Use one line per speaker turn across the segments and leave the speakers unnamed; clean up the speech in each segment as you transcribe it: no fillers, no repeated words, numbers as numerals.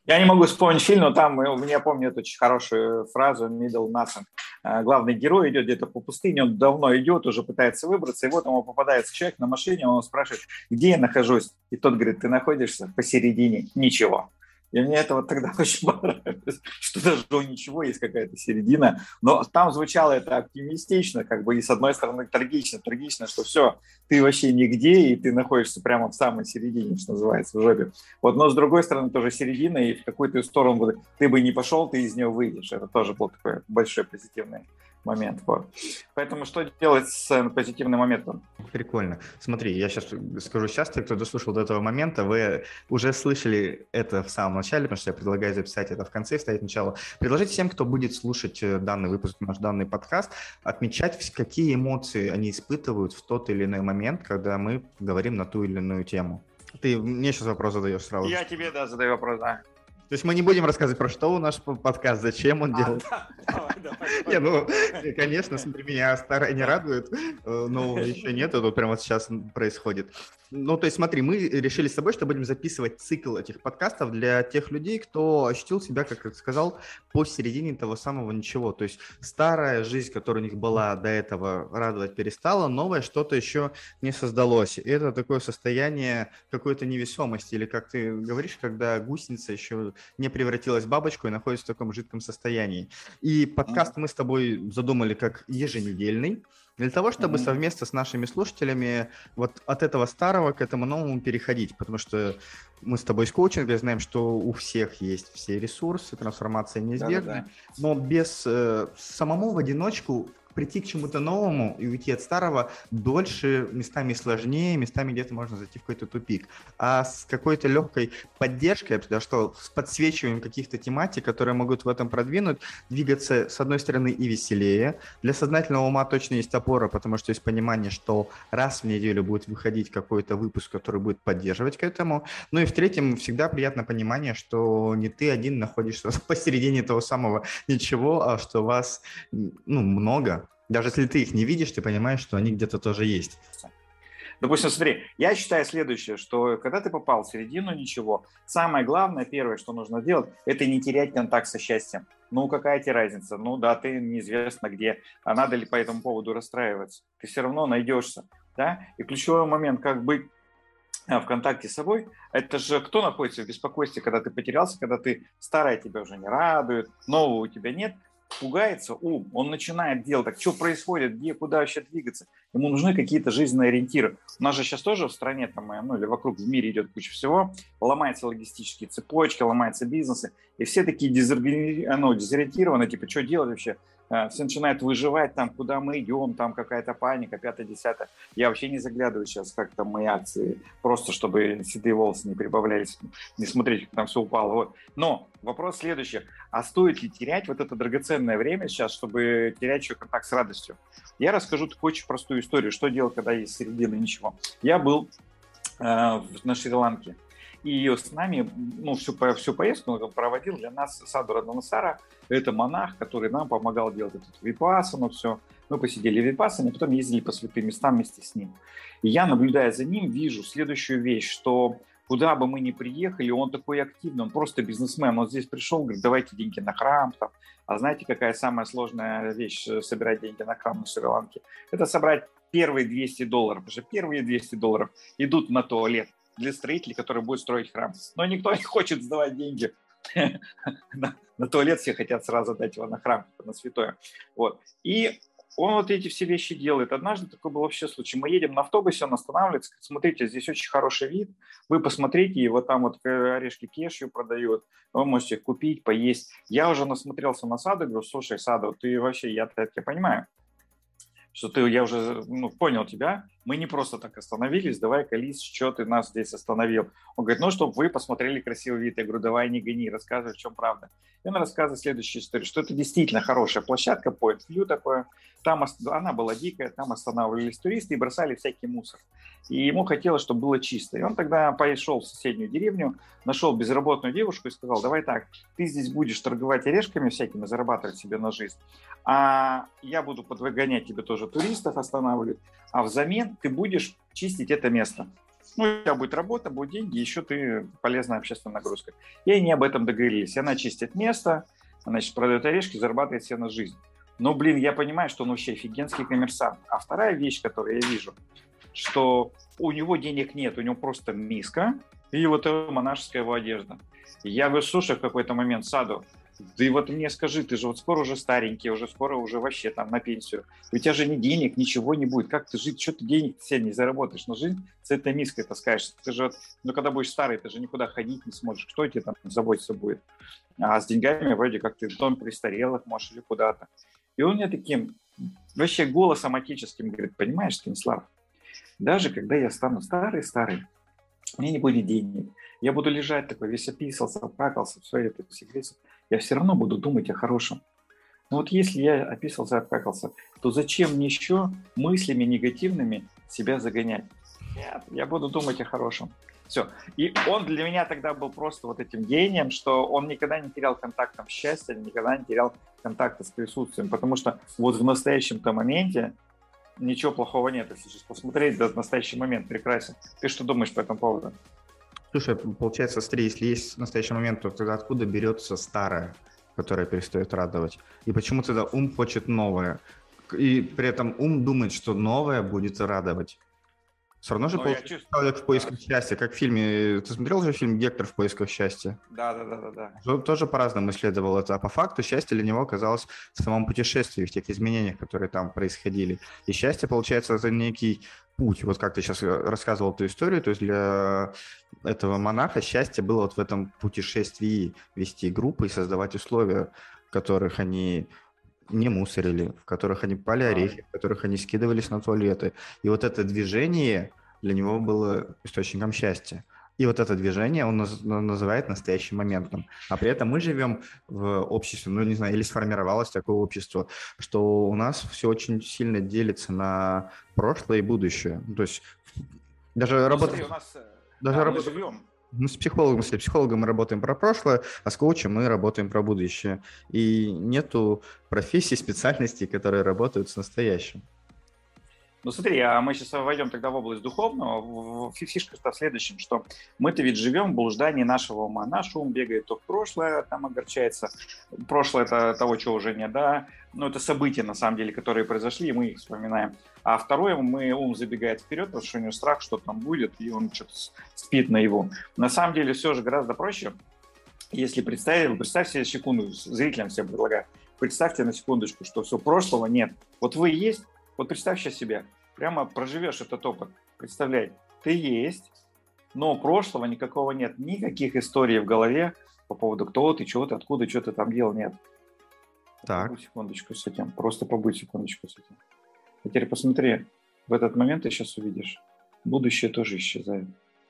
Я не могу вспомнить фильм, но там у меня помню эту очень хорошую фразу «middle nothing». Главный герой идет где-то по пустыне, он давно идет, уже пытается выбраться, и вот ему попадается человек на машине, он спрашивает, где я нахожусь? И тот говорит, ты находишься посередине ничего. И мне это вот тогда очень понравилось, что даже у ничего есть какая-то середина. Но там звучало это оптимистично, как бы и с одной стороны трагично, что все, ты вообще нигде, и ты находишься прямо в самой середине, что называется, в жопе. Вот, но с другой стороны тоже середина, и в какую-то сторону ты бы не пошел, ты из нее выйдешь. Это тоже был такой большой позитивный момент. Вот. Поэтому что делать с позитивным моментом?
Прикольно. Смотри, я сейчас скажу сейчас, те, кто дослушал до этого момента, вы уже слышали это в самом начале, потому что я предлагаю записать это в конце, вставить начало. Предложите всем, кто будет слушать данный выпуск, наш данный подкаст, отмечать, какие эмоции они испытывают в тот или иной момент, когда мы говорим на ту или иную тему. Ты мне сейчас вопрос задаешь сразу.
Я тебе, да, задаю вопрос, да.
То есть мы не будем рассказывать, про что у наш подкаст, зачем он делает. Не, ну, конечно, смотри, меня старое не радует, но еще нет, это прямо вот сейчас происходит. Ну, то есть смотри, мы решили с тобой, что будем записывать цикл этих подкастов для тех людей, кто ощутил себя, как ты сказал, посередине того самого ничего. То есть старая жизнь, которая у них была до этого, радовать перестала, новое что-то еще не создалось. И это такое состояние какой-то невесомости, или, как ты говоришь, когда гусеница еще не превратилась в бабочку и находится в таком жидком состоянии. И подкаст мы с тобой задумали как еженедельный, для того, чтобы совместно с нашими слушателями вот от этого старого к этому новому переходить, потому что мы с тобой из коучинга знаем, что у всех есть все ресурсы, трансформация неизбежна, но без самому в одиночку прийти к чему-то новому и уйти от старого дольше, местами сложнее, местами где-то можно зайти в какой-то тупик. А с какой-то легкой поддержкой, потому что с подсвечиванием каких-то тематик, которые могут в этом продвинуть, двигаться, с одной стороны, и веселее. Для сознательного ума точно есть опора, потому что есть понимание, что раз в неделю будет выходить какой-то выпуск, который будет поддерживать к этому. Ну и в-третьем, всегда приятно понимание, что не ты один находишься посередине того самого ничего, а что вас много. Даже если ты их не видишь, ты понимаешь, что они где-то тоже есть.
Допустим, смотри, я считаю следующее, что когда ты попал в середину ничего, самое главное, первое, что нужно делать, это не терять контакт со счастьем. Ну, какая тебе разница? Ну, да, ты неизвестно где, а надо ли по этому поводу расстраиваться? Ты все равно найдешься, да? И ключевой момент, как быть в контакте с собой, это же кто находится в беспокойстве, когда ты потерялся, когда ты старое тебя уже не радует, нового у тебя нет, пугается ум, он начинает делать, так что происходит, где, куда вообще двигаться, ему нужны какие-то жизненные ориентиры. У нас же сейчас тоже в стране, там, ну, или вокруг в мире идет куча всего, ломаются логистические цепочки, ломаются бизнесы, и все такие дезориентированы, типа, что делать вообще? Все начинают выживать, там, куда мы идем, там какая-то паника, 5-10. Я вообще не заглядываю сейчас, как там мои акции, просто чтобы седые волосы не прибавлялись, не смотреть, как там все упало. Вот. Но вопрос следующий. А стоит ли терять вот это драгоценное время сейчас, чтобы терять еще контакт с радостью? Я расскажу такую очень простую историю, что делать, когда есть середина ничего. Я был на Шри-Ланке, и с нами всю поездку он проводил для нас Саду Радханасара. Это монах, который нам помогал делать этот випассану, все. Мы посидели в випассане, потом ездили по святым местам вместе с ним. И я, наблюдая за ним, вижу следующую вещь, что куда бы мы ни приехали, он такой активный, он просто бизнесмен. Он здесь пришел, говорит, давайте деньги на храм. Там. А знаете, какая самая сложная вещь собирать деньги на храм на Шри-Ланке? Это собрать первые $200, потому что первые $200 идут на туалет для строителей, которые будут строить храм. Но никто не хочет сдавать деньги на туалет, все хотят сразу дать его на храм, на святое. Вот. И он вот эти все вещи делает. Однажды такой был вообще случай. Мы едем на автобусе, он останавливается, говорит, смотрите, здесь очень хороший вид, вы посмотрите, и вот там вот орешки кешью продают, вы можете их купить, поесть. Я уже насмотрелся на Саду, говорю, слушай, Саду, ты вообще, я понимаю, что я уже понял тебя, мы не просто так остановились, давай колись, что ты нас здесь остановил. Он говорит, чтобы вы посмотрели красивый вид. Я говорю, давай не гони, рассказывай, в чем правда. И он рассказывает следующую историю, что это действительно хорошая площадка, Point View такое. Там она была дикая, там останавливались туристы и бросали всякий мусор. И ему хотелось, чтобы было чисто. И он тогда пошел в соседнюю деревню, нашел безработную девушку и сказал, давай так, ты здесь будешь торговать орешками всякими, зарабатывать себе на жизнь, а я буду подгонять тебе тоже туристов, останавливать, а взамен ты будешь чистить это место. Ну, у тебя будет работа, будут деньги, еще ты полезная общественная нагрузка. И они об этом договорились. Она чистит место, значит, продает орешки, зарабатывает себе на жизнь. Но, блин, я понимаю, что он вообще офигенский коммерсант. А вторая вещь, которую я вижу, что у него денег нет, у него просто миска и вот эта монашеская его одежда. И я говорю, слушай, в какой-то момент Саду, да и вот мне скажи, ты же вот скоро уже старенький, уже скоро уже вообще там на пенсию. У тебя же ни денег, ничего не будет. Как ты жить? Что ты денег себе не заработаешь? Но жизнь с этой миской таскаешься. Ты же, ну, когда будешь старый, ты же никуда ходить не сможешь. Кто тебе там заботиться будет? А с деньгами вроде как ты в дом престарелых можешь или куда-то. И он мне таким вообще голосом отеческим говорит, понимаешь, Станислав, даже когда я стану старый-старый, у меня не будет денег. Я буду лежать такой, весь описался, плакался, все это, я все равно буду думать о хорошем. Но вот если я описался, оплакался, то зачем мне еще мыслями негативными себя загонять? Нет, я буду думать о хорошем. Все. И он для меня тогда был просто вот этим гением, что он никогда не терял контакта с счастьем, никогда не терял контакта с присутствием, потому что вот в настоящем-то моменте ничего плохого нет. Если сейчас посмотреть, да, настоящий момент прекрасен. Ты что думаешь по этому поводу?
Слушай, получается, смотри, если есть настоящий момент, то тогда откуда берется старое, которое перестает радовать? И почему тогда ум хочет новое? И при этом ум думает, что новое будет радовать. Все равно же получается человек в поисках счастья, как в фильме. Ты смотрел же фильм «Гектор в поисках счастья»?
Да.
Тоже по-разному исследовал это. А по факту счастье для него оказалось в самом путешествии, в тех изменениях, которые там происходили. И счастье, получается, это некий путь. Вот как ты сейчас рассказывал эту историю, то есть для этого монаха счастье было вот в этом путешествии вести группы и создавать условия, в которых они не мусорили, в которых они пали орехи, в которых они скидывались на туалеты. И вот это движение для него было источником счастья. И вот это движение он называет настоящим моментом. А при этом мы живем в обществе, ну, не знаю, или сформировалось такое общество, что у нас все очень сильно делится на прошлое и будущее. То есть даже работа... Мы с психологом мы работаем про прошлое, а с коучем мы работаем про будущее. И нету профессий, специальностей, которые работают с настоящим.
Ну смотри, а мы сейчас войдем тогда в область духовного. Фишка-то в следующем, что мы-то ведь живем в блуждании нашего ума. Наш ум бегает то в прошлое, там огорчается. Прошлое – это того, чего уже нет, да. Но это события, на самом деле, которые произошли, и мы их вспоминаем. А второе, ум забегает вперед, потому что у него страх, что там будет, и он что-то спит наяву. На самом деле все же гораздо проще. Если представь себе секунду, зрителям всем предлагаю, представьте на секундочку, что все, прошлого нет. Вот вы есть. Вот представь сейчас себя, прямо проживешь этот опыт. Представляй, ты есть, но прошлого никакого нет. Никаких историй в голове по поводу кто ты, чего ты, откуда, что ты там делал, нет.
Так.
Побудь секундочку с этим, просто побудь секундочку с этим. И теперь посмотри, в этот момент ты сейчас увидишь, будущее тоже исчезает.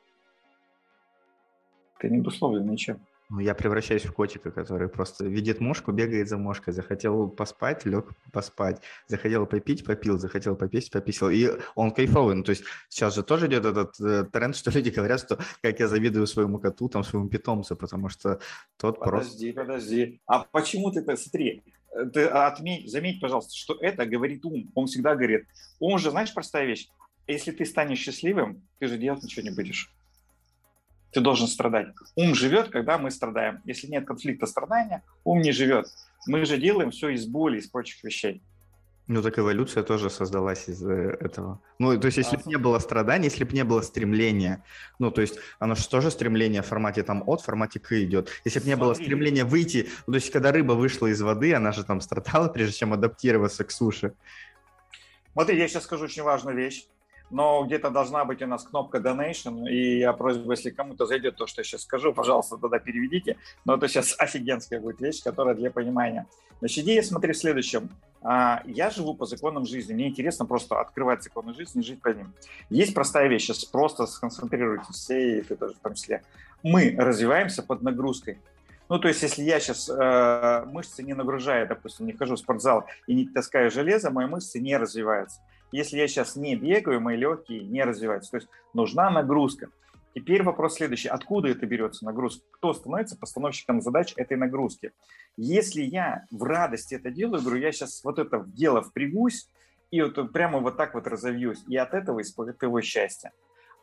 Ты не обусловлен ничем.
Ну, я превращаюсь в котика, который просто видит мошку, бегает за мошкой. Захотел поспать, лег поспать. Захотел попить, попил. Захотел попить, пописал. И он кайфовый. Ну, то есть сейчас же тоже идет этот тренд, что люди говорят, что как я завидую своему коту, там, своему питомцу, потому что тот
Подожди. А почему ты, смотри, заметь, пожалуйста, что это говорит ум. Он всегда говорит. Ум же, знаешь, простая вещь. Если ты станешь счастливым, ты же делать ничего не будешь. Ты должен страдать. Ум живет, когда мы страдаем. Если нет конфликта страдания, ум не живет. Мы же делаем все из боли, из прочих вещей.
Ну, так эволюция тоже создалась из этого. Ну, то есть, если бы не было страданий, если бы не было стремления, ну, то есть, оно же тоже стремление в формате там от, в формате к идет. Если бы не было стремления выйти, ну, то есть, когда рыба вышла из воды, она же там страдала, прежде чем адаптироваться к суше.
Смотри, я сейчас скажу очень важную вещь. Но где-то должна быть у нас кнопка Donation, и я просьба, если кому-то зайдет то, что я сейчас скажу, пожалуйста, тогда переведите. Но это сейчас офигенская будет вещь, которая для понимания. Значит, идея, смотри, в следующем. Я живу по законам жизни. Мне интересно просто открывать законы жизни и жить по ним. Есть простая вещь, сейчас просто сконцентрируйтесь все, и ты тоже в том числе. Мы развиваемся под нагрузкой. Ну, то есть, если я сейчас мышцы не нагружаю, допустим, не хожу в спортзал и не таскаю железо, мои мышцы не развиваются. Если я сейчас не бегаю, мои легкие не развиваются. То есть нужна нагрузка. Теперь вопрос следующий. Откуда это берется нагрузка? Кто становится постановщиком задач этой нагрузки? Если я в радости это делаю, говорю, я сейчас вот это в дело впрягусь и вот прямо вот так вот разовьюсь, и от этого испытываю счастье.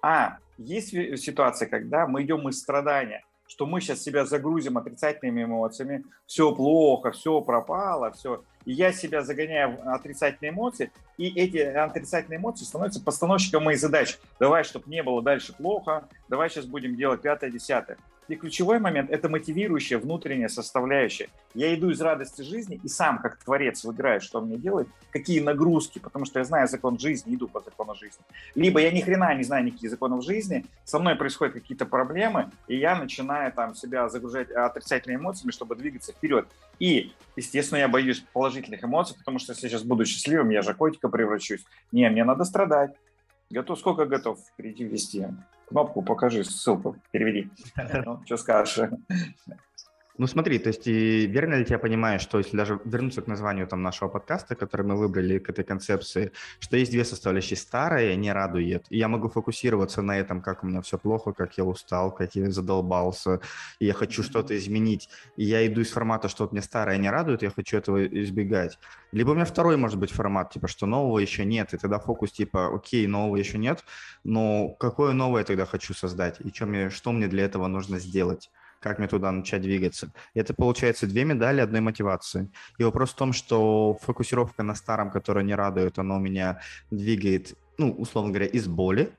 А есть ситуация, когда мы идем из страдания, что мы сейчас себя загрузим отрицательными эмоциями, все плохо, все пропало, все. И я себя загоняю в отрицательные эмоции, и эти отрицательные эмоции становятся постановщиком моей задачи. Давай, чтобы не было дальше плохо, давай сейчас будем делать 5-10. И ключевой момент – это мотивирующая внутренняя составляющая. Я иду из радости жизни и сам, как творец, выбираю, что мне делать, какие нагрузки, потому что я знаю закон жизни, иду по закону жизни. Либо я ни хрена не знаю никаких законов жизни, со мной происходят какие-то проблемы, и я начинаю там себя загружать отрицательными эмоциями, чтобы двигаться вперед. И, естественно, я боюсь положительных эмоций, потому что если я сейчас буду счастливым, я же котика превращусь. Не, мне надо страдать. Сколько готов перейти ввести? Кнопку покажи, ссылку переведи. Ну, что скажешь?
Ну смотри, то есть и верно ли я понимаю, что если даже вернуться к названию там нашего подкаста, который мы выбрали к этой концепции, что есть две составляющие: старое не радует, и я могу фокусироваться на этом, как у меня все плохо, как я устал, как я задолбался, и я хочу что-то изменить, и я иду из формата, что вот мне старое не радует, я хочу этого избегать. Либо у меня второй может быть формат, типа, что нового еще нет, и тогда фокус типа, окей, нового еще нет, но какое новое я тогда хочу создать, и что мне для этого нужно сделать? Как мне туда начать двигаться. И это, получается, две медали одной мотивации. И вопрос в том, что фокусировка на старом, которое не радует, оно меня двигает, ну, условно говоря, из боли,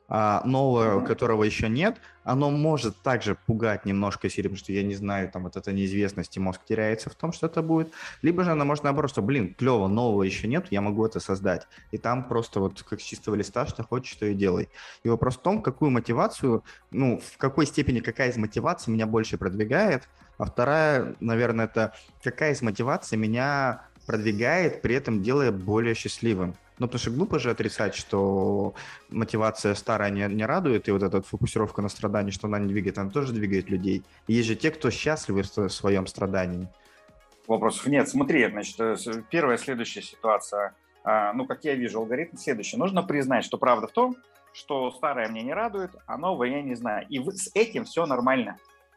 а новое, которого еще нет, оно может также пугать немножко сильно, потому что я не знаю, там вот эта неизвестность, и мозг теряется в том, что это будет. Либо же оно может наоборот, что, клево, нового еще нет, я могу это создать. И там просто вот как с чистого листа, что хочешь, что и делай. И вопрос в том, какую мотивацию, ну, в какой степени какая из мотиваций меня больше продвигает, а вторая, наверное, это какая из мотиваций меня продвигает, при этом делая более счастливым. Ну, потому что глупо же отрицать, что мотивация старая не радует, и вот эта фокусировка на страдании, что она не двигает, она тоже двигает людей. И есть же те, кто счастливы в своем страдании.
Вопросов нет. Смотри, значит, первая следующая ситуация. Ну, как я вижу, алгоритм следующий. Нужно признать, что правда в том, что старое мне не радует, а новое я не знаю. И с этим все нормально.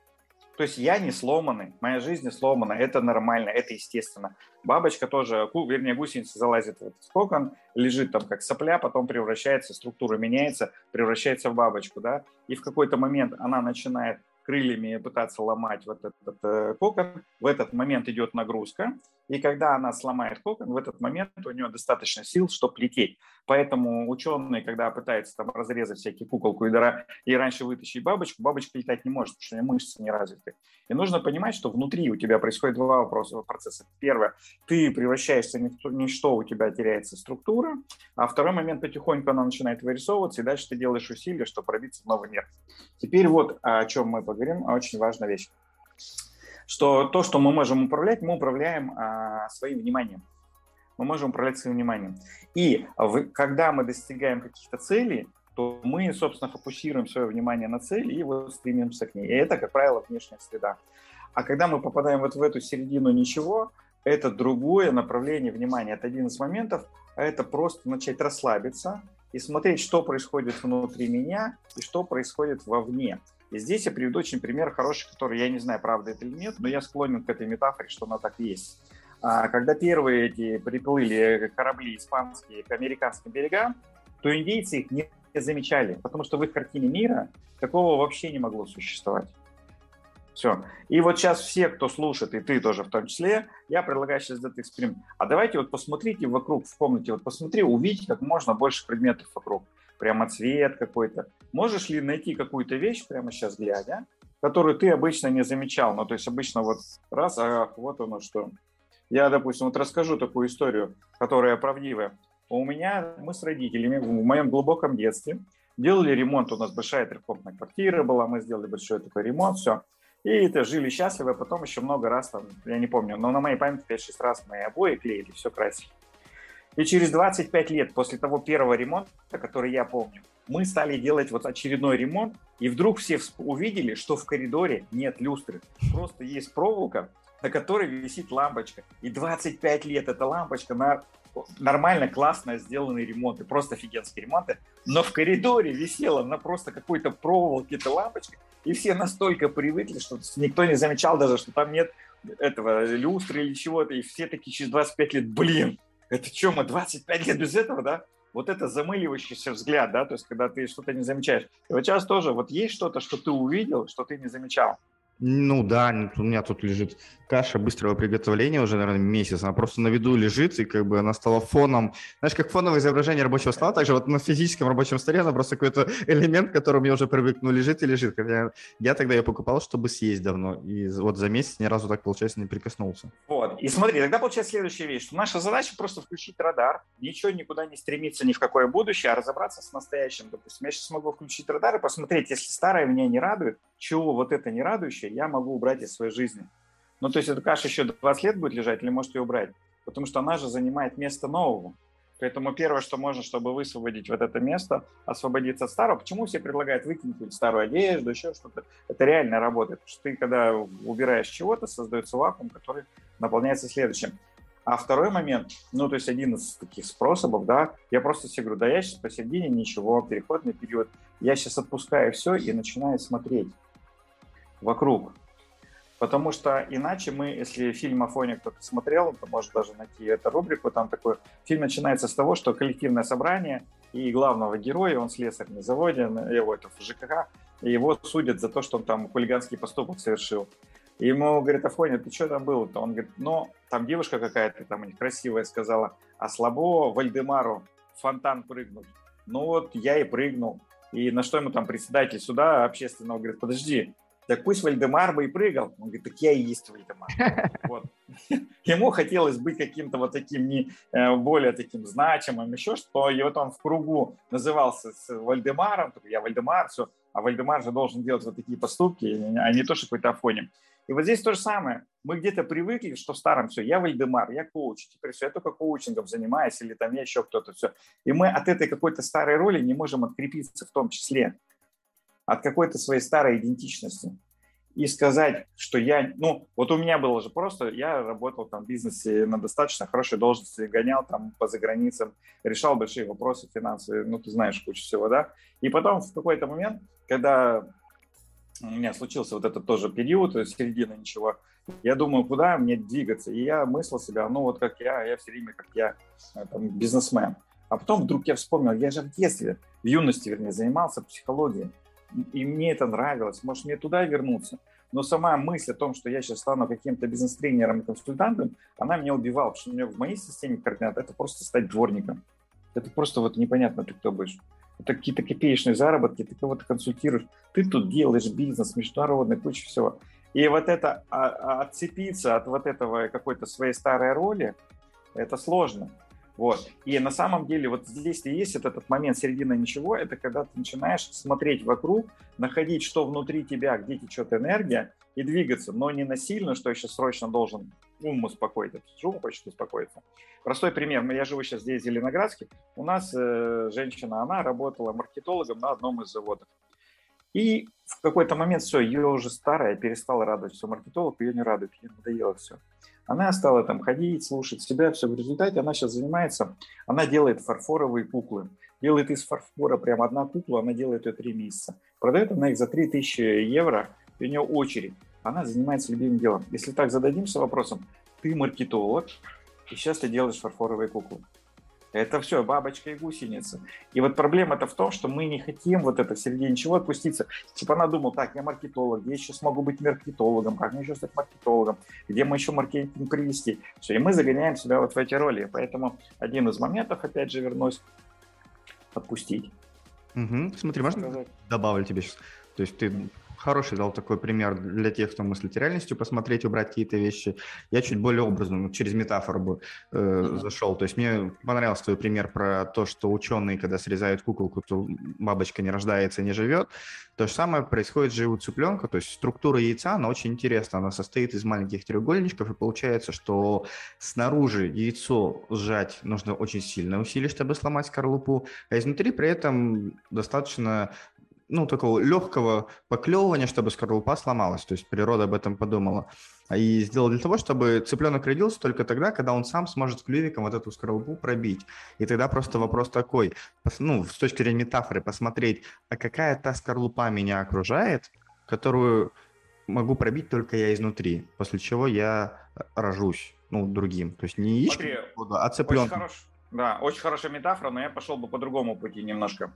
То есть я не сломанный, моя жизнь не сломана, это нормально, это естественно. Бабочка тоже, вернее, гусеница залазит в этот кокон, лежит там как сопля, потом превращается, структура меняется, превращается в бабочку, да, и в какой-то момент она начинает крыльями пытаться ломать вот этот кокон, в этот момент идет нагрузка, и когда она сломает кокон, в этот момент у нее достаточно сил, чтобы лететь. Поэтому ученые, когда пытаются там разрезать всякие куколку и раньше вытащить бабочку, бабочка летать не может, потому что у нее мышцы не развиты. И нужно понимать, что внутри у тебя происходит два процесса. Первое, ты превращаешься в ничто, у тебя теряется структура, а второй момент, потихоньку она начинает вырисовываться, и дальше ты делаешь усилия, чтобы пробиться в новый мир. Теперь вот о чем мы поговорим, очень важная вещь. Что то, что мы можем управлять, мы управляем своим вниманием. Мы можем управлять своим вниманием. И когда мы достигаем каких-то целей, то мы, собственно, фокусируем свое внимание на цели и вот стремимся к ней. И это, как правило, внешняя среда. А когда мы попадаем вот в эту середину ничего, это другое направление внимания. Это один из моментов, а это просто начать расслабиться и смотреть, что происходит внутри меня и что происходит вовне. И здесь я приведу очень пример хороший, который я не знаю, правда это или нет, но я склонен к этой метафоре, что она так и есть. Когда первые эти приплыли корабли испанские к американским берегам, то индейцы их не замечали, потому что в их картине мира такого вообще не могло существовать. Все. И вот сейчас все, кто слушает, и ты тоже в том числе, я предлагаю сейчас сделать эксперимент. А давайте вот посмотрите вокруг в комнате, вот посмотри, увидеть как можно больше предметов вокруг. Прямо цвет какой-то. Можешь ли найти какую-то вещь, прямо сейчас глядя, которую ты обычно не замечал? Ну, то есть обычно вот раз, ах, вот оно что. Я, допустим, вот расскажу такую историю, которая правдивая. Мы с родителями в моем глубоком детстве делали ремонт. У нас большая трехкомнатная квартира была, мы сделали большой такой ремонт, все. И это жили счастливы, потом еще много раз, там, я не помню, но на моей памяти 5-6 раз мы обои клеили, все красили. И через 25 лет после того первого ремонта, который я помню, мы стали делать вот очередной ремонт, и вдруг все увидели, что в коридоре нет люстры. Просто есть проволока, на которой висит лампочка. И 25 лет эта лампочка на нормально, классно сделанные ремонты, просто офигенские ремонты, но в коридоре висела на просто какой-то проволоке эта лампочка, и все настолько привыкли, что никто не замечал даже, что там нет этого люстры или чего-то, и все такие через 25 лет, блин, это что, мы 25 лет без этого, да? вот это замыливающийся взгляд, да, то есть когда ты что-то не замечаешь. И вот сейчас тоже вот есть что-то, что ты увидел, что ты не замечал.
Ну да, у меня тут лежит каша быстрого приготовления уже, наверное, месяц. Она просто на виду лежит, и как бы она стала фоном. Знаешь, как фоновое изображение рабочего стола, также вот на физическом рабочем столе она просто какой-то элемент, к которому я уже привык, ну лежит и лежит. Я тогда ее покупал, чтобы съесть давно. И вот за месяц ни разу так, получается, не прикоснулся.
Вот. И смотри, тогда получается следующая вещь, что наша задача просто включить радар, ничего никуда не стремиться ни в какое будущее, а разобраться с настоящим. Допустим, я сейчас могу включить радар и посмотреть, если старое меня не радует, чего вот это не радующее, я могу убрать из своей жизни. Ну, то есть эта каша еще 20 лет будет лежать или можете ее убрать? Потому что она же занимает место нового. Поэтому первое, что можно, чтобы высвободить вот это место, освободиться от старого. Почему все предлагают выкинуть какую-то старую одежду, еще что-то? Это реально работает. Потому что ты, когда убираешь чего-то, создается вакуум, который наполняется следующим. А второй момент, ну, то есть один из таких способов, да, я просто себе говорю, да я сейчас посередине ничего, переходный период, я сейчас отпускаю все и начинаю смотреть вокруг. Потому что иначе мы, если фильм «Афоня» кто-то смотрел, то может даже найти эту рубрику, там такой фильм начинается с того, что коллективное собрание и главного героя, он слесарь на заводе, его это в ЖКХ, и его судят за то, что он там хулиганский поступок совершил. И ему говорит: Афоня, ты что там был-то? Он говорит: ну, там девушка какая-то там у них красивая сказала, а слабо Вальдемару в фонтан прыгнуть. Ну вот я и прыгнул. И на что ему там председатель суда общественного говорит: подожди, так пусть Вальдемар бы и прыгал. Он говорит: так я и есть Вальдемар. Вот. Ему хотелось быть каким-то вот таким, не более таким значимым, еще что. И вот он в кругу назывался с Вальдемаром, я Вальдемар, все. А Вальдемар же должен делать вот такие поступки, а не то, что какой-то Афонин. И вот здесь то же самое. Мы где-то привыкли, что в старом все, я Вальдемар, я коуч, теперь все, я только коучингом занимаюсь, или там я еще кто-то, все. И мы от этой какой-то старой роли не можем открепиться в том числе. От какой-то своей старой идентичности. И сказать, что я... Ну, вот у меня было же просто... Я работал там в бизнесе на достаточно хорошей должности, гонял там по заграницам, решал большие вопросы финансовые, ну, ты знаешь, кучу всего, да? И потом в какой-то момент, когда у меня случился вот этот тоже период, середина ничего, я думаю, куда мне двигаться? И я мыслил себя, ну, вот как я все время, как я там, бизнесмен. А потом вдруг я вспомнил, я же в детстве, в юности, вернее, занимался психологией. И мне это нравилось, может, мне туда вернуться. Но сама мысль о том, что я сейчас стану каким-то бизнес-тренером и консультантом, она меня убивала, потому что у меня в моей системе координат это просто стать дворником. Это просто вот непонятно, ты кто будешь. Это какие-то копеечные заработки, ты кого-то консультируешь, ты тут делаешь бизнес международный, куча всего. И вот это отцепиться от вот этого какой-то своей старой роли, это сложно. Вот. И на самом деле вот здесь и есть этот момент середина ничего, это когда ты начинаешь смотреть вокруг, находить, что внутри тебя, где течет энергия, и двигаться, но не насильно, что я сейчас срочно должен ум успокоить, ум хочет успокоиться. Простой пример, я живу сейчас здесь в Зеленоградске, у нас женщина, она работала маркетологом на одном из заводов. И в какой-то момент все, ее уже старая, перестала радовать, все, маркетолог ее не радует, ей надоело все. Она стала там ходить, слушать себя, все. В результате она сейчас занимается, она делает фарфоровые куклы. Делает из фарфора прям одна кукла, она делает ее 3 месяца. Продает она их за 3000 евро, и у нее очередь. Она занимается любимым делом. Если так зададимся вопросом, ты маркетолог, и сейчас ты делаешь фарфоровые куклы. Это все, бабочка и гусеница. И вот проблема-то в том, что мы не хотим вот это в середине ничего отпуститься. Типа она думала, так, я маркетолог, я еще смогу быть маркетологом, как мне еще стать маркетологом, где мы еще маркетинг привести. Все, и мы загоняем себя вот в эти роли. Поэтому один из моментов, опять же, вернусь, отпустить.
Угу. Смотри, можно добавлю тебе сейчас? То есть ты хороший дал такой пример для тех, кто мыслит реальностью, посмотреть, убрать какие-то вещи. Я чуть более образно, через метафору бы зашел. То есть мне понравился твой пример про то, что ученые, когда срезают куколку, то бабочка не рождается, не живет. То же самое происходит же и у цыпленка. То есть структура яйца, она очень интересна. Она состоит из маленьких треугольничков, и получается, что снаружи яйцо сжать нужно очень сильное усилие, чтобы сломать скорлупу, а изнутри при этом достаточно такого легкого поклевывания, чтобы скорлупа сломалась. То есть природа об этом подумала. И сделала для того, чтобы цыпленок родился только тогда, когда он сам сможет клювиком вот эту скорлупу пробить. И тогда просто вопрос такой, с точки зрения метафоры, посмотреть, а какая та скорлупа меня окружает, которую могу пробить только я изнутри, после чего я рожусь, другим. То есть не яичком, а цыпленком.
Да, очень хорошая метафора, но я пошел бы по другому пути немножко.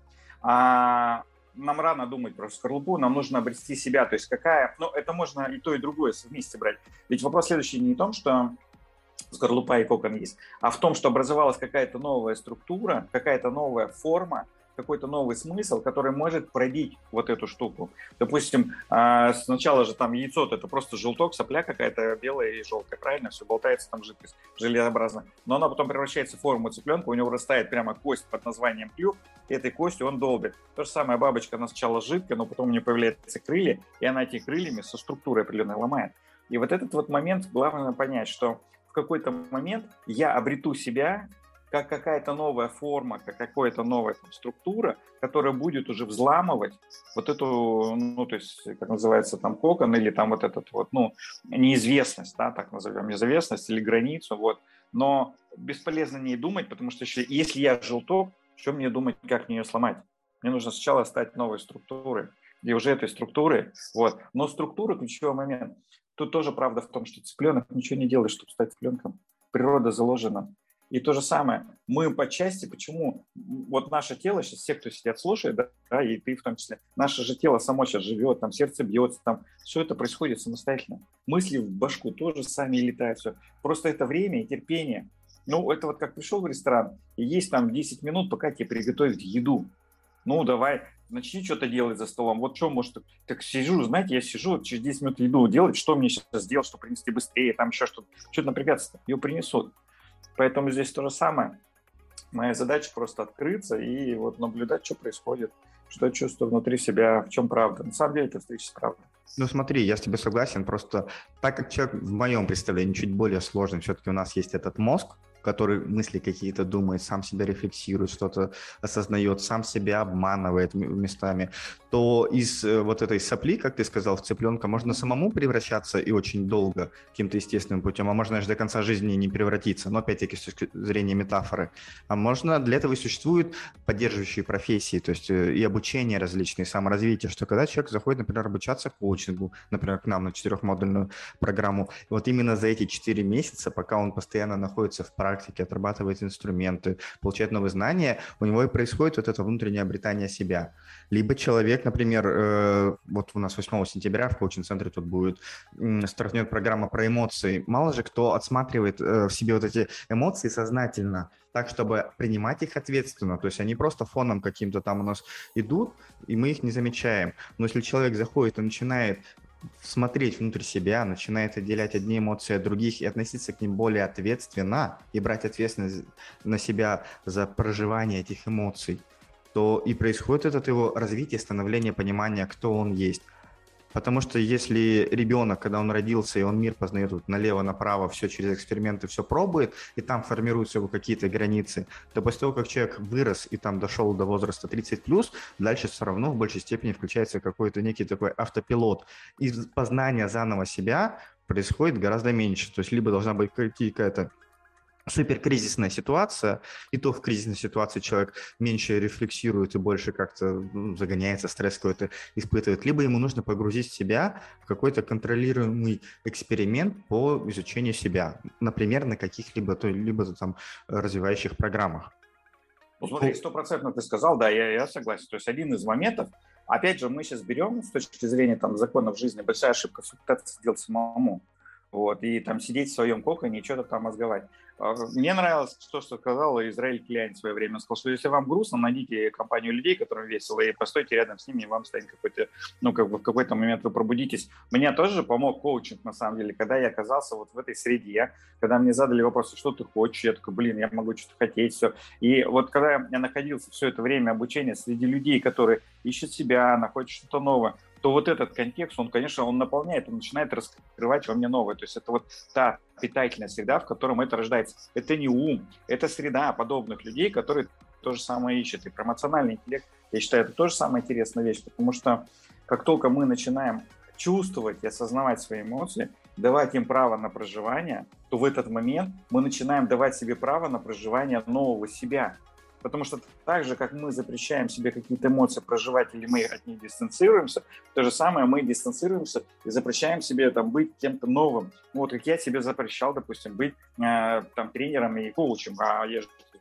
Нам рано думать про скорлупу, нам нужно обрести себя, то есть это можно и то, и другое вместе брать. Ведь вопрос следующий не в том, что скорлупа и кокон есть, а в том, что образовалась какая-то новая структура, какая-то новая форма, какой-то новый смысл, который может пробить вот эту штуку. Допустим, сначала же там яйцо, это просто желток, сопля какая-то белая и желтая, правильно? Все болтается там жидкость желеобразно. Но она потом превращается в форму цыпленка, у него вырастает прямо кость под названием клюв, и этой костью он долбит. То же самое бабочка, она сначала жидкая, но потом у нее появляются крылья, и она этими крыльями со структурой определенной ломает. И вот этот вот момент главное понять, что в какой-то момент я обрету себя как какая-то новая форма, как какая-то новая там структура, которая будет уже взламывать вот эту, ну, то есть, как называется, там, кокон или там вот этот вот, ну, неизвестность, да, так назовем, неизвестность или границу, вот. Но бесполезно не думать, потому что если я желток, что мне думать, как мне ее сломать? Мне нужно сначала стать новой структурой, и уже этой структуры, вот. Но структура – ключевой момент. Тут тоже правда в том, что цыпленок ничего не делает, чтобы стать цыпленком. Природа заложена. И то же самое, мы по части, почему вот наше тело, сейчас все, кто сидят, слушает, да, и ты в том числе, наше же тело само сейчас живет, там сердце бьется, там все это происходит самостоятельно. Мысли в башку тоже сами летают, все. Просто это время и терпение. Ну, это вот как пришел в ресторан, и есть там 10 минут, пока тебе приготовят еду. Ну, давай, начни что-то делать за столом. Вот что, может, так сижу, знаете, я сижу, вот через 10 минут еду делать, что мне сейчас сделать, чтобы принести быстрее, там еще что-то. Что-то напрягаться, ее принесут. Поэтому здесь то же самое. Моя задача просто открыться и вот наблюдать, что происходит, что я чувствую внутри себя, в чем правда. На самом деле это встреча с правдой.
Ну смотри, я с тобой согласен, просто так как человек в моем представлении чуть более сложный, все-таки у нас есть этот мозг, который мысли какие-то думает, сам себя рефлексирует, что-то осознает, сам себя обманывает местами, то из вот этой сопли, как ты сказал, в цыпленка можно самому превращаться и очень долго каким-то естественным путем, а можно аж до конца жизни не превратиться, но опять-таки с точки зрения метафоры. А можно, для этого и существуют поддерживающие профессии, то есть и обучение различные, саморазвитие, что когда человек заходит, например, обучаться коучингу, например, к нам на 4-модульную программу, вот именно за эти 4 месяца, пока он постоянно находится в практике, отрабатывает инструменты, получает новые знания, у него и происходит вот это внутреннее обретание себя. Либо человек, например, вот у нас 8 сентября в коучинг-центре тут будет, стартует программа про эмоции. Мало же кто отсматривает в себе вот эти эмоции сознательно, так, чтобы принимать их ответственно. То есть они просто фоном каким-то там у нас идут, и мы их не замечаем. Но если человек заходит и начинает смотреть внутрь себя, начинает отделять одни эмоции от других и относиться к ним более ответственно и брать ответственность на себя за проживание этих эмоций, то и происходит это его развитие, становление, понимания, кто он есть. Потому что если ребенок, когда он родился, и он мир познает вот налево-направо, все через эксперименты, все пробует, и там формируются его какие-то границы, то после того, как человек вырос и там дошел до возраста 30+, дальше все равно в большей степени включается какой-то некий такой автопилот. И познание заново себя происходит гораздо меньше. То есть либо должна быть какая-то суперкризисная ситуация, и то в кризисной ситуации человек меньше рефлексирует и больше как-то загоняется, стресс какой-то испытывает, либо ему нужно погрузить себя в какой-то контролируемый эксперимент по изучению себя, например, на каких-либо либо там развивающих программах.
Ну, смотри, 100% ты сказал, да, я согласен. То есть один из моментов, опять же, мы сейчас берем с точки зрения там законов жизни, большая ошибка все пытаться сделать самому. Вот, и там сидеть в своем коконе и что-то там мозговать. Мне нравилось то, что сказал Израиль Кляйн в свое время. Он сказал, что если вам грустно, найдите компанию людей, которым весело, и постойте рядом с ними, и вам станет какой-то, ну, как бы в какой-то момент вы пробудитесь. Мне тоже помог коучинг, на самом деле, когда я оказался вот в этой среде, когда мне задали вопрос, что ты хочешь, я такой, блин, я могу что-то хотеть, все. И вот когда я находился все это время обучения среди людей, которые ищут себя, находят что-то новое, то вот этот контекст, он, конечно, он наполняет, он начинает раскрывать во мне новое. То есть это вот та питательная среда, в котором это рождается. Это не ум, это среда подобных людей, которые то же самое ищут. И про эмоциональный интеллект, я считаю, это тоже самая интересная вещь, потому что как только мы начинаем чувствовать и осознавать свои эмоции, давать им право на проживание, то в этот момент мы начинаем давать себе право на проживание нового себя. Потому что так же, как мы запрещаем себе какие-то эмоции проживать или мы от них дистанцируемся, то же самое мы дистанцируемся и запрещаем себе там, быть кем-то новым. Ну, вот как я себе запрещал, допустим, быть там, тренером и коучем, а я же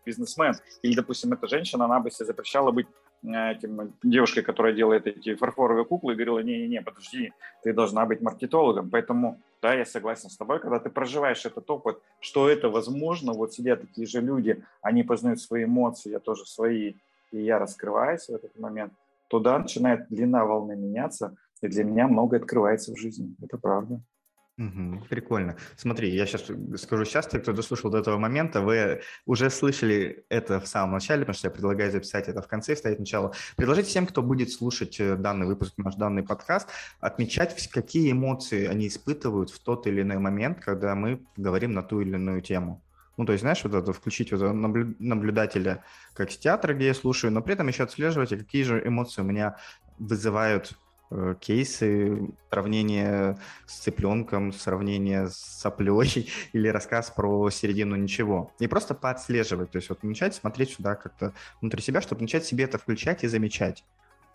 бизнесмен. Или, допустим, эта женщина, она бы себе запрещала быть девушкой, которая делает эти фарфоровые куклы, и говорила, не-не-не, подожди, ты должна быть маркетологом. Поэтому, да, я согласен с тобой, когда ты проживаешь этот опыт, что это возможно, вот сидят такие же люди, они познают свои эмоции, я тоже свои, и я раскрываюсь в этот момент, туда начинает длина волны меняться, и для меня многое открывается в жизни. Это правда.
Прикольно. Смотри, я сейчас скажу сейчас, те, кто дослушал до этого момента, вы уже слышали это в самом начале, потому что я предлагаю записать это в конце, вставить начало. Предложите всем, кто будет слушать данный выпуск, наш данный подкаст, отмечать, какие эмоции они испытывают в тот или иной момент, когда мы говорим на ту или иную тему. Ну, то есть, знаешь, вот это включить вот наблюдателя как с театра, где я слушаю, но при этом еще отслеживать, какие же эмоции у меня вызывают кейсы, сравнение с цыпленком, сравнение с соплей или рассказ про середину ничего. И просто поотслеживать, то есть вот начать смотреть сюда как-то внутри себя, чтобы начать себе это включать и замечать.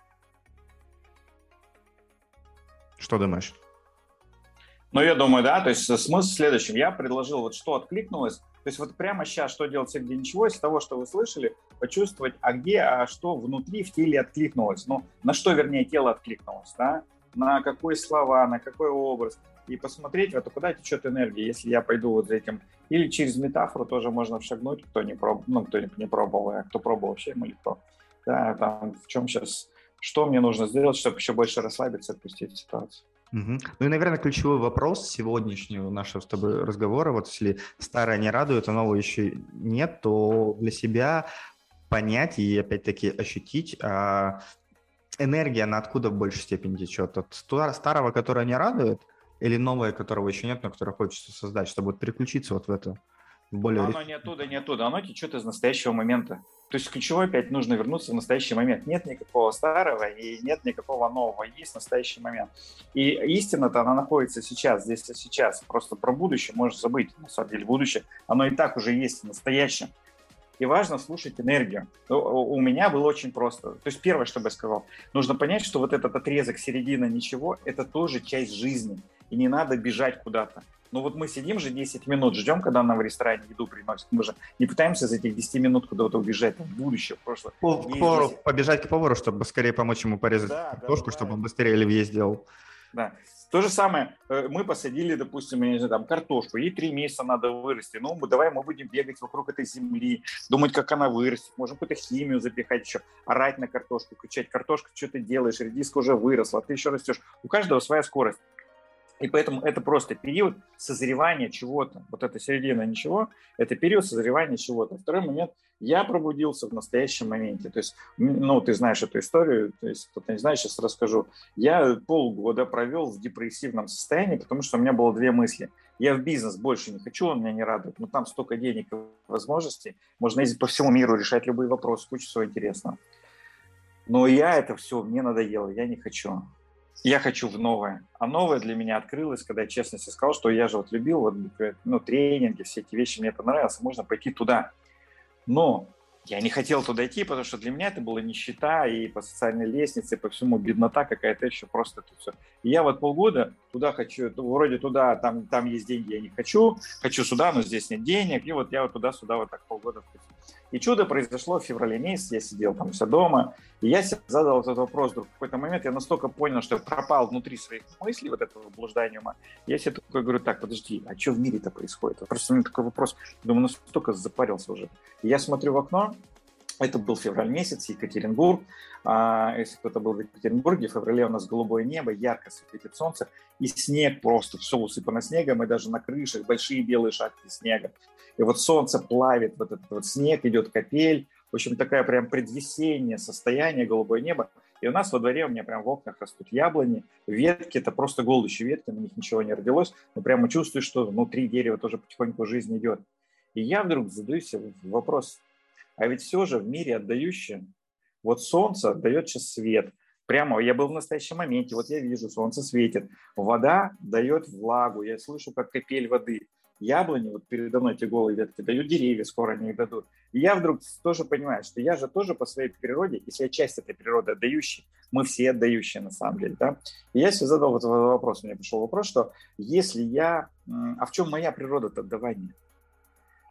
Что думаешь?
Ну, я думаю, да, то есть смысл в следующем. Я предложил, вот что откликнулось, то есть вот прямо сейчас, что делать все, где ничего, из того, что вы слышали, почувствовать, а что внутри в теле откликнулось, ну, на что, вернее, тело откликнулось, да, на какие слова, на какой образ, и посмотреть, вот куда течет энергия, если я пойду вот за этим, или через метафору тоже можно шагнуть, кто не пробовал, кто не пробовал, а кто пробовал, вообще ему легко, да, там, в чем сейчас, что мне нужно сделать, чтобы еще больше расслабиться, отпустить ситуацию.
Ну и, наверное, ключевой вопрос сегодняшнего нашего с тобой разговора, вот если старое не радует, а нового еще нет, то для себя понять и опять-таки ощутить, энергия, она откуда в большей степени течет? От старого, которое не радует, или новое, которого еще нет, но которое хочется создать, чтобы вот переключиться вот в это?
Более... Оно не оттуда, оно течет из настоящего момента. То есть ключевое опять нужно вернуться в настоящий момент. Нет никакого старого и нет никакого нового, есть настоящий момент. И истина-то она находится сейчас, здесь и сейчас. Просто про будущее можешь забыть. На самом деле будущее, оно и так уже есть в настоящем. И важно слушать энергию. У меня было очень просто. То есть первое, что бы я сказал, нужно понять, что вот этот отрезок середина ничего, это тоже часть жизни. И не надо бежать куда-то. Ну вот мы сидим же 10 минут, ждем, когда нам в ресторане еду приносят. Мы же не пытаемся за этих 10 минут куда-то убежать в будущее, в прошлое.
Побежать к повару, чтобы скорее помочь ему порезать картошку, чтобы он быстрее оливье сделал.
Да. То же самое, мы посадили, допустим, я не знаю, там, картошку, ей 3 месяца надо вырасти. Ну, давай мы будем бегать вокруг этой земли, думать, как она вырастет. Можем какую-то химию запихать еще, орать на картошку, кричать: картошка, что ты делаешь, редиска уже выросла, ты еще растешь. У каждого своя скорость. И поэтому это просто период созревания чего-то. Вот эта середина ничего, это период созревания чего-то. Второй момент, я пробудился в настоящем моменте. То есть, ну, ты знаешь эту историю, то есть, кто-то не знает, сейчас расскажу. Я полгода провел в депрессивном состоянии, потому что у меня было 2 мысли. Я в бизнес больше не хочу, он меня не радует, но там столько денег и возможностей, можно ездить по всему миру, решать любые вопросы, куча всего интересного. Но это все, мне надоело, я не хочу. Я хочу в новое. А новое для меня открылось, когда я честно себе сказал, что я же вот любил вот, тренинги, все эти вещи, мне понравилось, можно пойти туда. Но я не хотел туда идти, потому что для меня это была нищета, и по социальной лестнице, и по всему беднота какая-то еще, просто это все. И я вот полгода туда хочу, вроде туда, там есть деньги, я не хочу сюда, но здесь нет денег, и вот я вот туда-сюда вот так полгода хочу. И чудо произошло в феврале месяце, я сидел там все дома, и я себе задал этот вопрос вдруг. В какой-то момент я настолько понял, что я пропал внутри своих мыслей, вот этого блуждания ума. Я себе такой говорю: так, подожди, а что в мире-то происходит? Просто у меня такой вопрос, думаю, настолько запарился уже. И я смотрю в окно, это был февраль месяц, Екатеринбург. Если кто-то был в Екатеринбурге, в феврале у нас голубое небо, ярко светит солнце, и снег просто, все усыпано снегом, и даже на крышах большие белые шапки снега. И вот солнце плавит, вот этот вот снег, идет капель. В общем, такая прям предвесеннее состояние, голубое небо. И у нас во дворе, у меня прям в окнах растут яблони, ветки, это просто голые ветки, на них ничего не родилось, но прямо чувствую, что внутри дерева тоже потихоньку жизнь идет. И я вдруг задаю себе вопрос: а ведь все же в мире отдающее, вот солнце дает сейчас свет, прямо я был в настоящем моменте, вот я вижу, солнце светит, вода дает влагу, я слышу, как капель воды, яблони, вот передо мной эти голые ветки, дают деревья, скоро они их дадут. И я вдруг тоже понимаю, что я же тоже по своей природе, если я часть этой природы отдающий, мы все отдающие на самом деле, да. И я себе задал вот вопрос, у меня пришел вопрос, что если а в чем моя природа-то отдавания?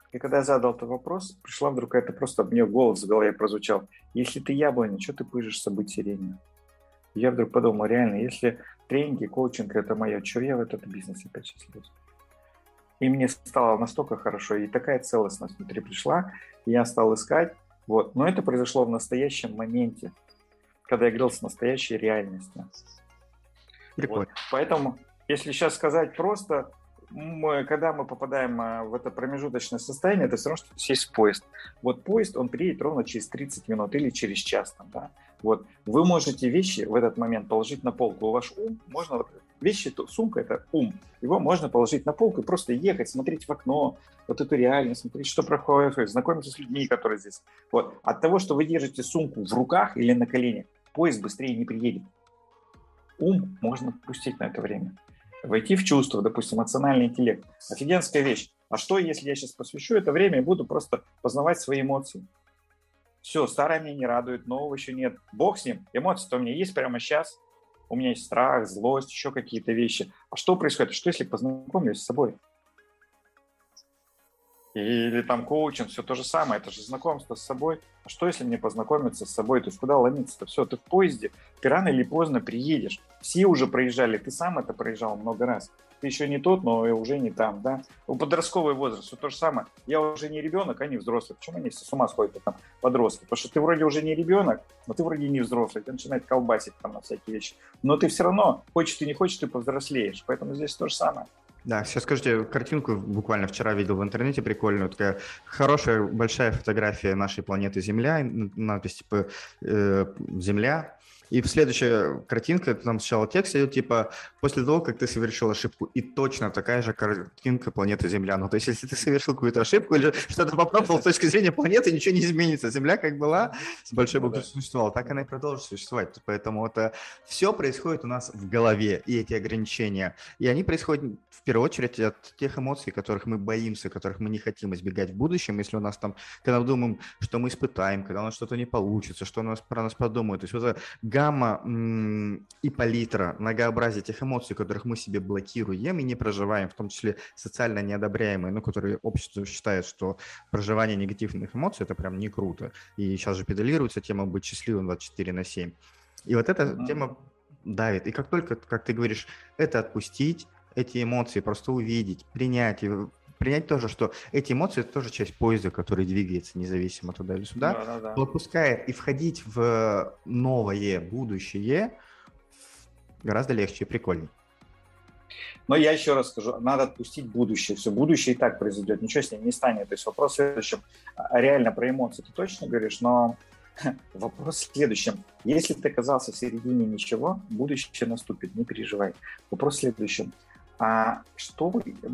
И когда я задал этот вопрос, пришла вдруг это просто, мне голос в голове прозвучал. Если ты яблоня, что ты пыжишься быть сиренью? Я вдруг подумал, реально, если тренинги, коучинг – это мое, что я в этот бизнес опять сейчас лезу? И мне стало настолько хорошо, и такая целостность внутри пришла, и я стал искать. Вот. Но это произошло в настоящем моменте, когда я говорил с настоящей реальностью. Вот. Поэтому, если сейчас сказать просто, когда мы попадаем в это промежуточное состояние, это все равно, что сесть в поезд. Вот поезд, он приедет ровно через 30 минут или через час. Там, да? Вот. Вы можете вещи в этот момент положить на полку. Ваш ум можно... Вещи, сумка – это ум. Его можно положить на полку и просто ехать, смотреть в окно, вот эту реальность, смотреть, что происходит, знакомиться с людьми, которые здесь. Вот. От того, что вы держите сумку в руках или на коленях, поезд быстрее не приедет. Ум можно пустить на это время. Войти в чувство, допустим, эмоциональный интеллект. Офигенская вещь. А что, если я сейчас посвящу это время и буду просто познавать свои эмоции? Все, старое меня не радует, нового еще нет. Бог с ним. Эмоции-то у меня есть прямо сейчас. У меня есть страх, злость, еще какие-то вещи. А что происходит? Что, если познакомлюсь с собой? Или там коучинг, все то же самое. Это же знакомство с собой. А что, если мне познакомиться с собой? То есть куда ломиться-то? Все, ты в поезде. Ты рано или поздно приедешь. Все уже проезжали. Ты сам это проезжал много раз. Ты еще не тот, но уже не там, да? Подростковый возраст, все то же самое. Я уже не ребенок, а не взрослый. Почему они все с ума сходят, там, подростки? Потому что ты вроде уже не ребенок, но ты вроде не взрослый. Ты начинаешь колбасить там на всякие вещи. Но ты все равно, хочешь ты не хочешь, ты повзрослеешь. Поэтому здесь то же самое.
Да, сейчас скажите, картинку буквально вчера видел в интернете прикольную, такая хорошая большая фотография нашей планеты Земля, надпись типа «Земля». И следующая картинка, там сначала текст идет, типа, после того, как ты совершил ошибку, и точно такая же картинка планеты Земля. Ну, то есть, если ты совершил какую-то ошибку или что-то попробовал с точки зрения планеты, ничего не изменится. Земля как была, с большой буквы существовала, так она и продолжит существовать. Поэтому это все происходит у нас в голове, и эти ограничения. И они происходят, в первую очередь, от тех эмоций, которых мы боимся, которых мы не хотим избегать в будущем. Если у нас там, когда мы думаем, что мы испытаем, когда у нас что-то не получится, что про нас подумают. То есть, вот это гамма и палитра, многообразие тех эмоций, которых мы себе блокируем и не проживаем, в том числе социально неодобряемые, ну, которые общество считает, что проживание негативных эмоций – это прям не круто. И сейчас же педалируется тема быть счастливым 24/7. И вот эта тема давит. И как только, как ты говоришь, это отпустить, эти эмоции просто увидеть, принять тоже, что эти эмоции – это тоже часть поезда, который двигается независимо туда или сюда, отпускает и входить в новое будущее гораздо легче и прикольнее.
Но я еще раз скажу, надо отпустить будущее. Все, будущее и так произойдет, ничего с ним не станет. То есть вопрос в следующем. Реально про эмоции ты точно говоришь, но вопрос в следующем. Если ты оказался в середине ничего, будущее наступит, не переживай. Вопрос в следующем. А что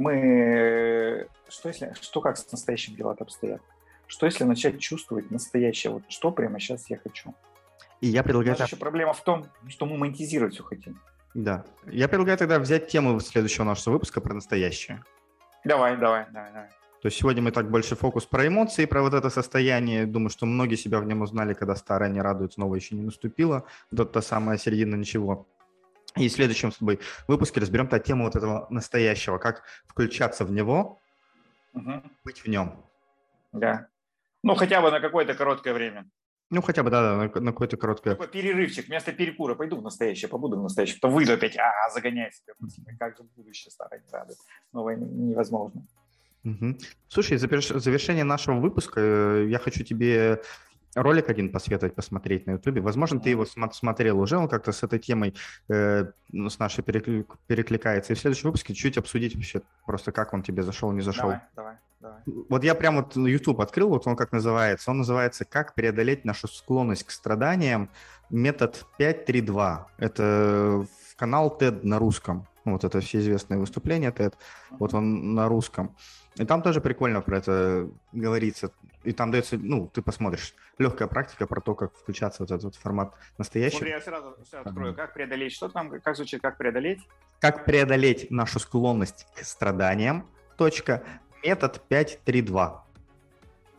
как с настоящим дела обстоят? Что если начать чувствовать настоящее? Вот что прямо сейчас я хочу?
И я предлагаю...
Наша еще проблема в том, что мы монетизировать все хотим.
Да. Я предлагаю тогда взять тему следующего нашего выпуска про настоящее.
Давай.
То есть сегодня мы так больше фокус про эмоции, про вот это состояние. Думаю, что многие себя в нем узнали, когда старое не радует, новое еще не наступило. Вот та самая середина ничего. И в следующем с тобой выпуске разберем тему вот этого настоящего, как включаться в него, быть в нем.
Да. Ну, хотя бы на какое-то короткое время.
Ну, хотя бы, да, на какое-то короткое...
Такой перерывчик, вместо перекура пойду в настоящее, побуду в настоящее, потом выйду опять, загоняю себя. Как же будущее старое не радует. Новое невозможно.
Угу. Слушай, в завершение нашего выпуска я хочу тебе ролик один посоветовать посмотреть на Ютубе. Возможно, ты его смотрел уже, он как-то с этой темой с нашей перекликается. И в следующем выпуске чуть обсудить вообще просто, как он тебе зашел, не зашел.
Давай.
Вот я прям вот YouTube открыл, вот он как называется. Он называется «Как преодолеть нашу склонность к страданиям. Метод 5.3.2». Это канал TED на русском. Вот это всеизвестное выступление TED. Вот он на русском. И там тоже прикольно про это говорится. И там дается, ты посмотришь, легкая практика про то, как включаться в этот формат настоящего.
Смотри, я сразу все открою. Как преодолеть? Что там? Как звучит? Как преодолеть?
Как преодолеть нашу склонность к страданиям. Метод 5.3.2.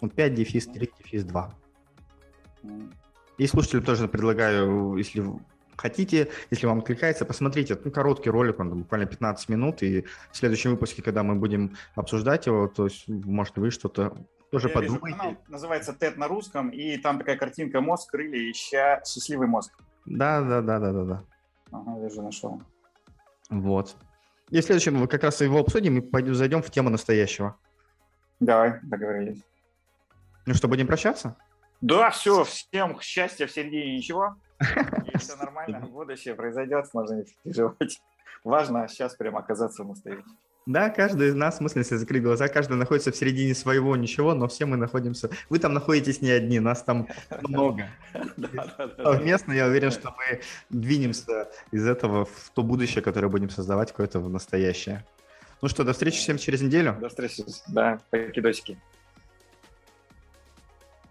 5-3-2. И слушателям тоже предлагаю, если хотите, если вам откликается, посмотрите. Короткий ролик, он буквально 15 минут, и в следующем выпуске, когда мы будем обсуждать его, то есть, может, вы что-то тоже подумаете.
Канал называется TED на русском, и там такая картинка «Мозг, крылья, ища счастливый мозг».
Да.
Ага, я же нашел.
Вот. И в следующем мы как раз его обсудим и зайдем в тему настоящего.
Давай, договорились.
Ну что, будем прощаться?
Да, все, всем счастья, в середине ничего. И все нормально, будущее произойдет, можно не переживать. Важно сейчас прямо оказаться в настоящем.
Да, каждый из нас, в смысле, если закрыть глаза, каждый находится в середине своего ничего, но все мы находимся... Вы там находитесь не одни, нас там много. Совместно я уверен, что мы двинемся из этого в то будущее, которое будем создавать, какое-то в настоящее. Ну что, до встречи всем через неделю.
До встречи, да, покидосики.